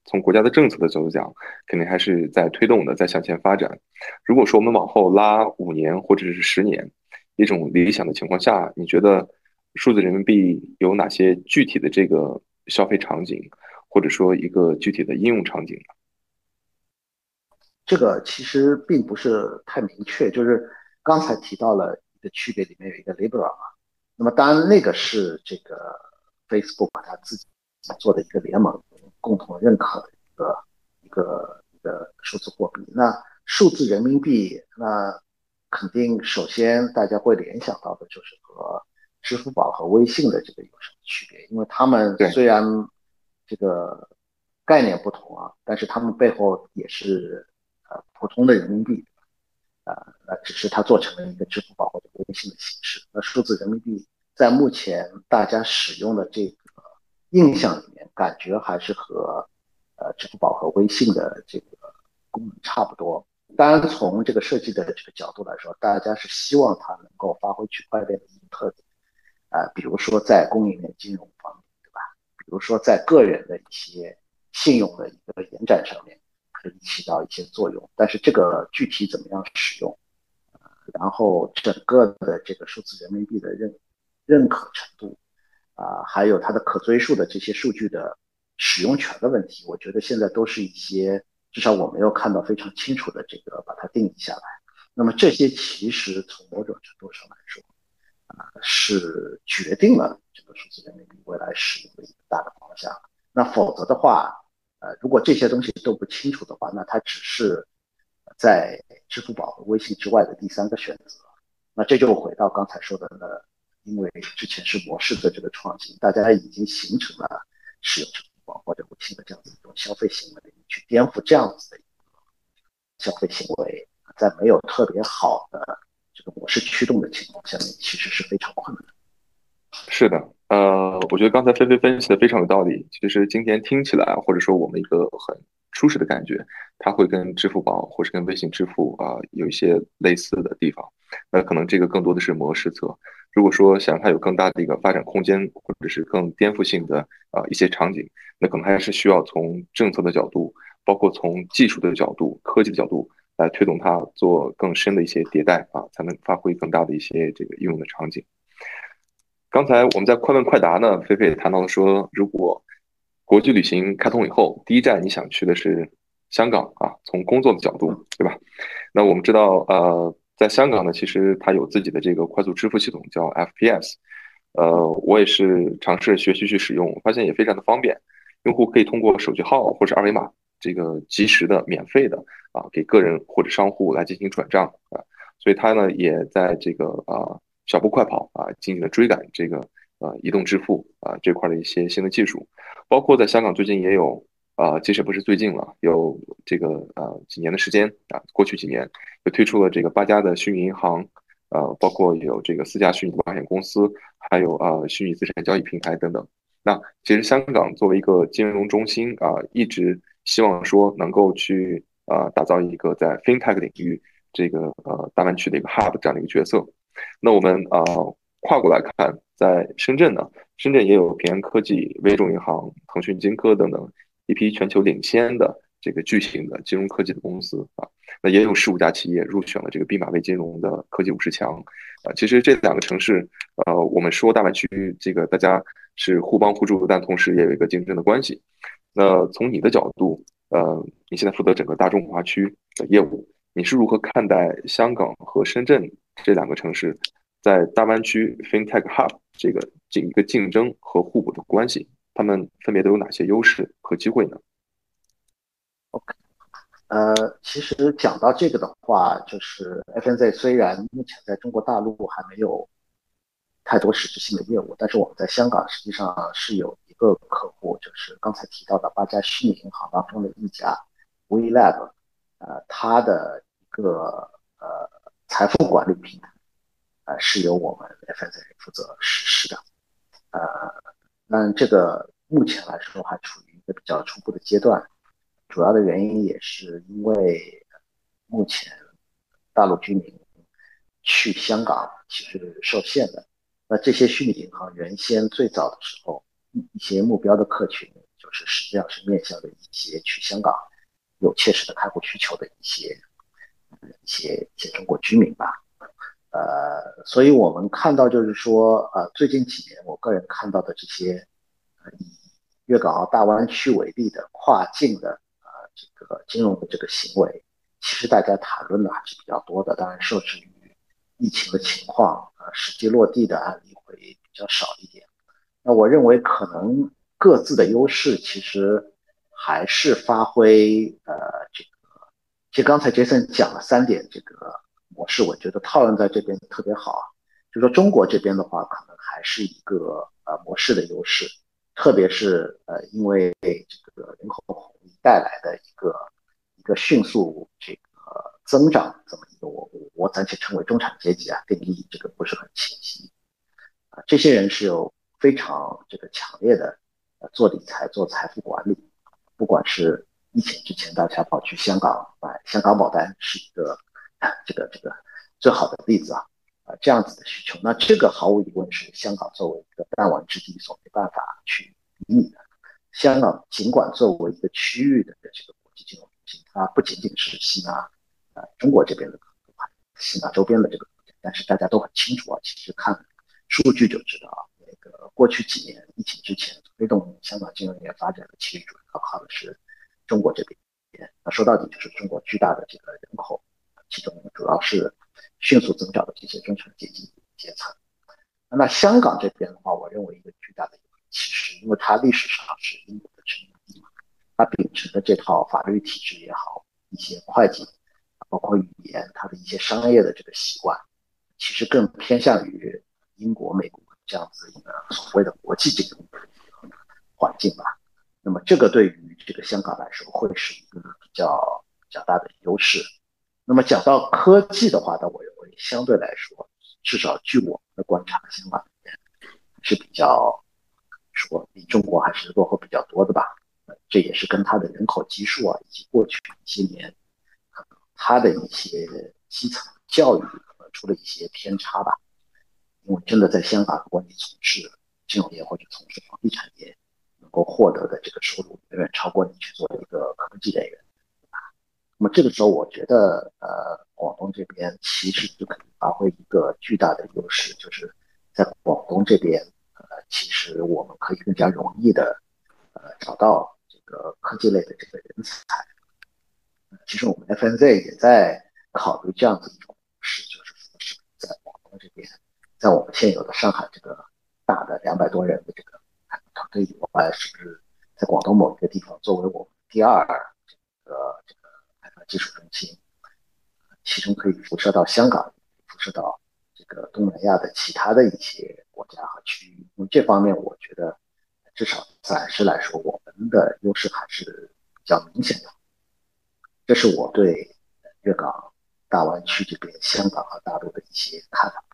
从国家的政策的角度讲，肯定还是在推动的，在向前发展。如果说我们往后拉五年或者是十年，一种理想的情况下，你觉得数字人民币有哪些具体的这个消费场景，或者说一个具体的应用场景呢？ 这个其实并不是太明确，就是刚才提到了一个区别，里面有一个 Libra 嘛，那么当然那个是这个 Facebook 它自己做的一个联盟共同认可的一个一个一个数字货币。那数字人民币，那肯定首先大家会联想到的就是和支付宝和微信的这个有什么区别？因为他们对， 虽然这个概念不同啊，但是他们背后也是呃普通的人民币，呃，那只是它做成了一个支付宝或者微信的形式。那数字人民币在目前大家使用的这个印象里面，感觉还是和呃支付宝和微信的这个功能差不多。当然，从这个设计的这个角度来说，大家是希望它能够发挥区块链的一个特点，呃，比如说在供应链金融方面，对吧？比如说在个人的一些信用的一个延展上面，可以起到一些作用。但是这个具体怎么样使用，然后整个的这个数字人民币的认认可程度啊、呃还有它的可追溯的这些数据的使用权的问题，我觉得现在都是一些至少我没有看到非常清楚的这个把它定义下来。那么这些其实从某种程度上来说，啊、呃是决定了这个数字人民币未来使用的一个大的方向。那否则的话，呃，如果这些东西都不清楚的话，那它只是在支付宝和微信之外的第三个选择。那这就回到刚才说的呢，因为之前是模式的这个创新，大家已经形成了使用支付宝或者微信的这样子一种消费行为，去颠覆这样子的一个消费行为，在没有特别好的这个模式驱动的情况下面，其实是非常困难的。 是的，呃，我觉得刚才菲菲分析的非常有道理。其实今天听起来，或者说我们一个很初始的感觉，它会跟支付宝或是跟微信支付啊、有一些类似的地方。那可能这个更多的是模式侧。如果说想让它有更大的一个发展空间，或者是更颠覆性的啊、一些场景，那可能还是需要从政策的角度，包括从技术的角度、科技的角度来推动它做更深的一些迭代啊，才能发挥更大的一些这个应用的场景。刚才我们在快问快答呢，菲菲也谈到了说，如果国际旅行开通以后，第一站你想去的是香港啊，从工作的角度，对吧？那我们知道，呃，在香港呢，其实它有自己的这个快速支付系统，叫 F P S。呃，我也是尝试学习去使用，发现也非常的方便，用户可以通过手机号或者二维码，这个及时的、免费的啊，给个人或者商户来进行转账啊。所以它呢也在这个啊小步快跑啊，紧紧的追赶这个呃移动支付啊这块的一些新的技术，包括在香港最近也有啊，其实不是最近了，有这个呃几年的时间啊，过去几年就推出了这个八家的虚拟银行，呃，包括有这个四家虚拟保险公司，还有啊虚拟资产交易平台等等。那其实香港作为一个金融中心啊，一直希望说能够去啊打造一个在 FinTech 领域这个呃大湾区的一个 Hub 这样的一个角色。那我们啊、呃跨过来看，在深圳呢，深圳也有平安科技、微众银行、腾讯、金科等等一批全球领先的这个巨型的金融科技的公司啊。那也有十五家企业入选了这个毕马威金融的科技五十强啊。其实这两个城市，呃，我们说大湾区这个大家是互帮互助，但同时也有一个竞争的关系。那从你的角度，呃，你现在负责整个大中华区的业务，你是如何看待香港和深圳这两个城市在大湾区 FinTech Hub 这个这一个竞争和互补的关系？他们分别都有哪些优势和机会呢？ OK，呃，其实讲到这个的话，就是 F N Z 虽然目前在中国大陆还没有太多实质性的业务，但是我们在香港实际上是有一个客户，就是刚才提到的八家虚拟银行当中的一家 WeLab，呃，它的一个呃财富管理平台，呃，是由我们 F N Z 负责实施的。呃，那这个目前来说还处于一个比较初步的阶段，主要的原因也是因为目前大陆居民去香港其实是受限的。那这些虚拟银行原先最早的时候，一些目标的客群就是实际上是面向的一些去香港有切实的开户需求的一些一些一些中国居民吧。呃，所以我们看到就是说，呃，最近几年我个人看到的这些，呃，以粤港澳大湾区为例的跨境的呃这个金融的这个行为，其实大家谈论的还是比较多的。当然，受制于疫情的情况，呃，实际落地的案例会比较少一点。那我认为可能各自的优势其实还是发挥呃这个，其实刚才杰森讲了三点这个模式，我觉得套用在这边特别好啊。就说中国这边的话，可能还是一个呃模式的优势，特别是呃因为这个人口红利带来的一个一个迅速这个增长，这么一个我我暂且称为中产阶级啊，定义这个不是很清晰。啊，这些人是有非常这个强烈的呃做理财、做财富管理，不管是疫情之前大家跑去香港买香港保单是一个这个这个最好的例子啊，啊这样子的需求，那这个毫无疑问是香港作为一个弹丸之地所没办法去比拟的。香港尽管作为一个区域的这个国际金融中心，它不仅仅是吸纳呃中国这边的客户，吸纳周边的这个国家，但是大家都很清楚啊，其实看数据就知道啊，那个过去几年疫情之前推动香港金融业发展的，其实主要靠的是中国这边。那说到底就是中国巨大的这个人口，其中主要是迅速增长的这些中产阶级阶层。那香港这边的话，我认为一个巨大的其实因为它历史上是英国的殖民地嘛，它秉承的这套法律体制也好，一些会计，包括语言，它的一些商业的这个习惯，其实更偏向于英国、美国这样子一个所谓的国际金融环境吧。那么这个对于这个香港来说会是一个比较比较大的优势。那么讲到科技的话呢，我认为相对来说，至少据我们的观察，香港是比较说比中国还是落后比较多的吧。这也是跟它的人口基数啊，以及过去一些年它的一些基层教育可能出了一些偏差吧。因为真的在香港，如果你从事金融业或者从事房地产业，能够获得的这个收入远远超过你去做一个科技人员。那么这个时候，我觉得呃，广东这边其实就可以发挥一个巨大的优势，就是在广东这边，呃，其实我们可以更加容易的呃找到这个科技类的这个人才。其实我们 F N Z 也在考虑这样子一种模式，就是说是在广东这边，在我们现有的上海这个大的两百多人的这个团队以外，是不是在广东某一个地方作为我们第二这个这个开发技术中心，其中可以辐射到香港，辐射到这个东南亚的其他的一些国家和区域。因为这方面，我觉得至少暂时来说，我们的优势还是比较明显的。这是我对粤港大湾区这边香港和大陆的一些看法。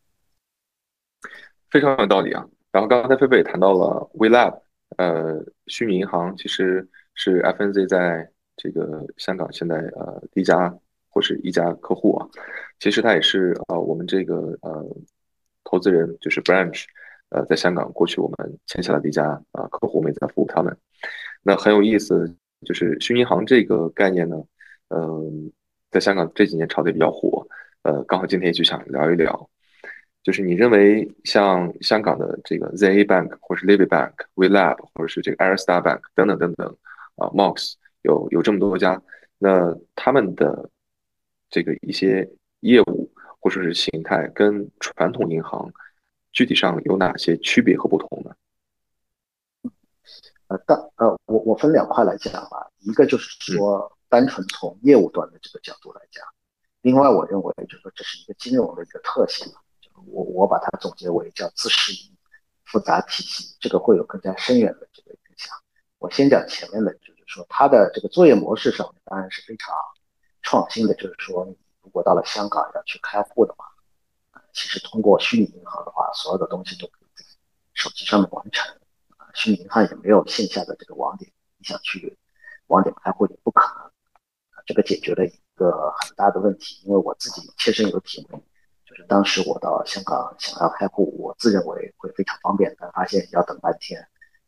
非常有道理啊。然后刚才菲菲也谈到了 WeLab，呃，虚拟银行其实是 F N Z 在这个香港现在呃第一家或是一家客户啊。其实它也是呃我们这个呃投资人就是 Branch，呃在香港过去我们签下来的一家啊、呃、客户，我们也在服务他们。那很有意思，就是虚拟银行这个概念呢，嗯、呃，在香港这几年炒得也比较火。呃，刚好今天也就想聊一聊。就是你认为像香港的这个 Z A Bank 或是 Livy Bank、WeLab 或者是这个 Airstar Bank 等等等等啊，Mox 有有这么多家，那他们的这个一些业务或者是形态跟传统银行具体上有哪些区别和不同呢？ 呃，但呃，我我分两块来讲吧，一个就是嗯说单纯从业务端的这个角度来讲，另外我认为就是说这是一个金融的一个特性，就是我我把它总结为叫自适应复杂体系，这个会有更加深远的这个影响。我先讲前面的，就是说它的这个作业模式上面当然是非常创新的，就是说你如果到了香港要去开户的话，其实通过虚拟银行的话，所有的东西都可以在手机上面完成。虚拟银行也没有线下的这个网点，你想去网点开户也不可能。这个解决了一个很大的问题，因为我自己切身有体会，就是当时我到香港想要开户，我自认为会非常方便，但发现要等半天，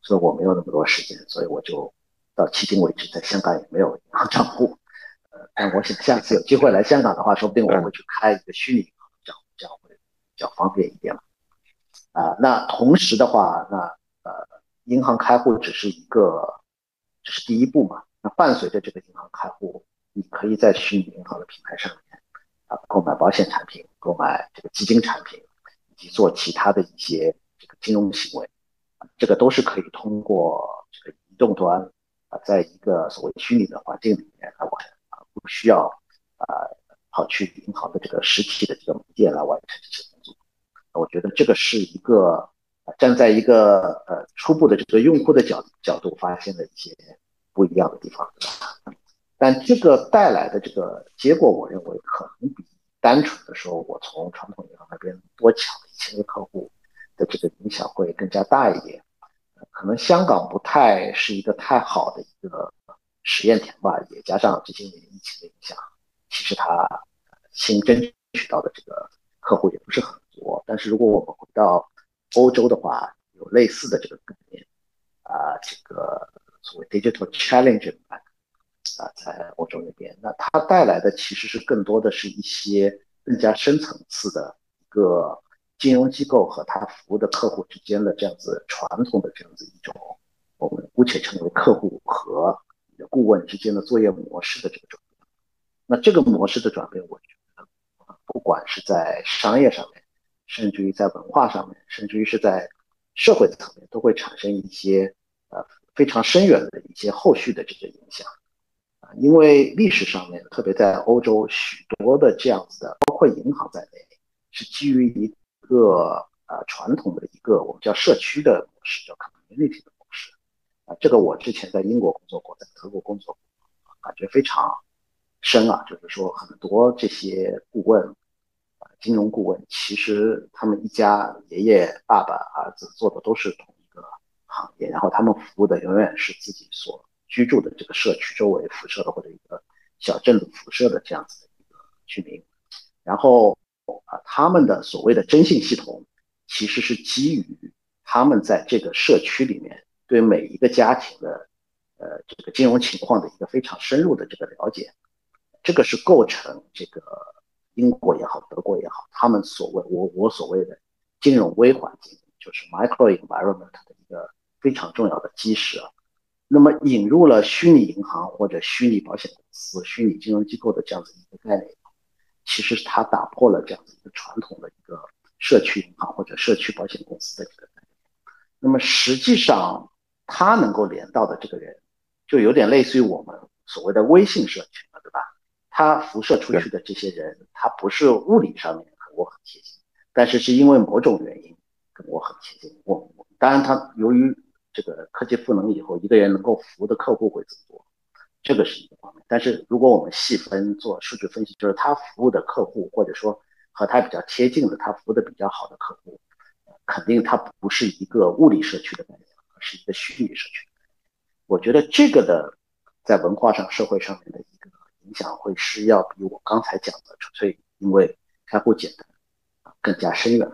所以我没有那么多时间，所以我就到迄今为止在香港也没有银行账户。呃，但我想下次有机会来香港的话，说不定我会去开一个虚拟银行账户，这样会比较方便一点嘛。啊、呃那同时的话，那呃，银行开户只是一个，只是第一步嘛。那伴随着这个银行开户，你可以在虚拟银行的平台上面啊、呃购买保险产品、购买这个基金产品，以及做其他的一些这个金融行为。这个都是可以通过这个移动端啊、呃，在一个所谓虚拟的环境里面来完啊，不需要啊、呃、跑去银行的这个实体的这个门店来完成这些工作。我觉得这个是一个站在一个呃初步的这个用户的角角度发现的一些不一样的地方，但这个带来的这个结果，我认为可能比单纯的说我从传统银行那边多抢了一千个客户的这个影响会更加大一点。可能香港不太是一个太好的一个实验田吧，也加上这些年疫情的影响，其实它新争取到的这个客户也不是很多。但是如果我们回到欧洲的话，有类似的这个概念啊、呃这个所谓 digital challenge bank 啊、呃在欧洲那边，那它带来的其实是更多的是一些更加深层次的一个金融机构和它服务的客户之间的这样子传统的这样子一种，我们姑且称为客户和你的顾问之间的作业模式的这个转变。那这个模式的转变，我觉得不管是在商业上面，甚至于在文化上面，甚至于是在社会层面，都会产生一些呃非常深远的一些后续的这个影响。啊，因为历史上面，特别在欧洲，许多的这样子的，包括银行在内，是基于一个呃传统的一个我们叫社区的模式，叫 community 的模式。啊，这个我之前在英国工作过，在德国工作过，感觉非常深啊。就是说，很多这些顾问，啊，金融顾问，其实他们一家爷爷、爸爸、儿子做的都是同一个行业，然后他们服务的永远是自己所居住的这个社区周围辐射的或者一个小镇的辐射的这样子的一个居民。然后啊，他们的所谓的征信系统，其实是基于他们在这个社区里面对每一个家庭的呃这个金融情况的一个非常深入的这个了解，这个是构成这个英国也好，德国也好，他们所谓我我所谓的金融微环境，就是 micro environment 的一个非常重要的基石啊。那么引入了虚拟银行或者虚拟保险公司、虚拟金融机构的这样子一个概念，其实它打破了这样子一个传统的一个社区银行或者社区保险公司的这个概念。那么实际上，它能够连到的这个人，就有点类似于我们所谓的微信社群了，对吧？它辐射出去的这些人，他不是物理上面和我很贴近，但是是因为某种原因跟我很贴近。我当然，他由于这个科技赋能以后，一个人能够服务的客户会增多，这个是一个方面。但是如果我们细分做数据分析，就是他服务的客户，或者说和他比较贴近的，他服务的比较好的客户，肯定它不是一个物理社区的概念，而是一个虚拟社区。我觉得这个的在文化上、社会上面的一个影响，会是要比我刚才讲的纯粹因为开户简单更加深远。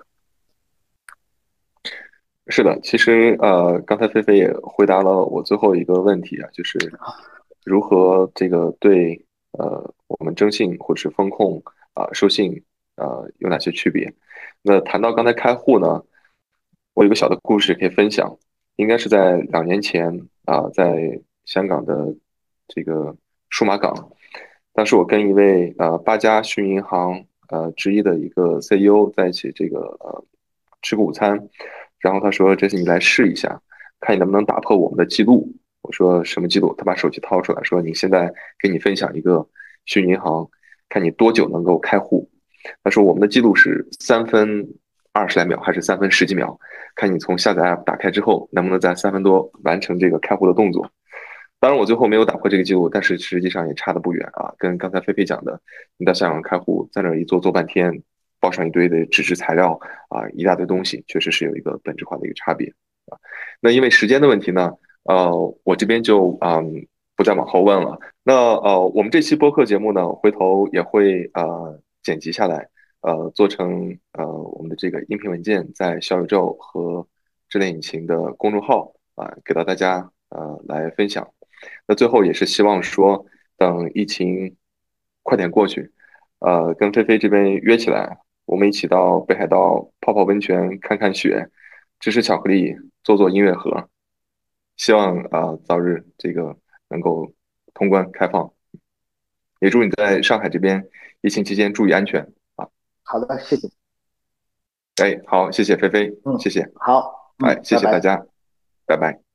是的，其实呃，刚才菲菲也回答了我最后一个问题啊，就是如何这个对呃我们征信或者是风控啊、呃收信呃有哪些区别？那谈到刚才开户呢，我有个小的故事可以分享，应该是在两年前啊、呃在香港的这个数码港，当时我跟一位呃八家虚拟银行呃之一的一个 C E O 在一起这个呃吃个午餐。然后他说：“这次你来试一下，看你能不能打破我们的记录。”我说：“什么记录？”他把手机掏出来说：“你现在给你分享一个虚拟银行，看你多久能够开户。”他说：“我们的记录是三分二十来秒，还是三分十几秒？看你从下载 App 打开之后，能不能在三分多完成这个开户的动作。”当然，我最后没有打破这个记录，但是实际上也差得不远啊。跟刚才菲菲讲的，你到香港开户，在那儿一坐坐半天，报上一堆的纸质材料啊，一大堆东西，确实是有一个本质化的一个差别啊。那因为时间的问题呢，呃，我这边就嗯不再往后问了。那呃，我们这期播客节目呢，回头也会呃剪辑下来，呃，做成呃我们的这个音频文件，在小宇宙和智联引擎的公众号啊，给到大家呃来分享。那最后也是希望说，等疫情快点过去，呃，跟菲菲这边约起来，我们一起到北海道泡泡温泉、看看雪，吃吃巧克力，做做音乐盒。希望啊、呃早日这个能够通关开放，也祝你在上海这边疫情期间注意安全啊！ 好的，谢谢。 哎，好，谢谢菲菲， 嗯， 谢谢， 好， 哎， 嗯， 谢拜拜。 谢大家，拜拜。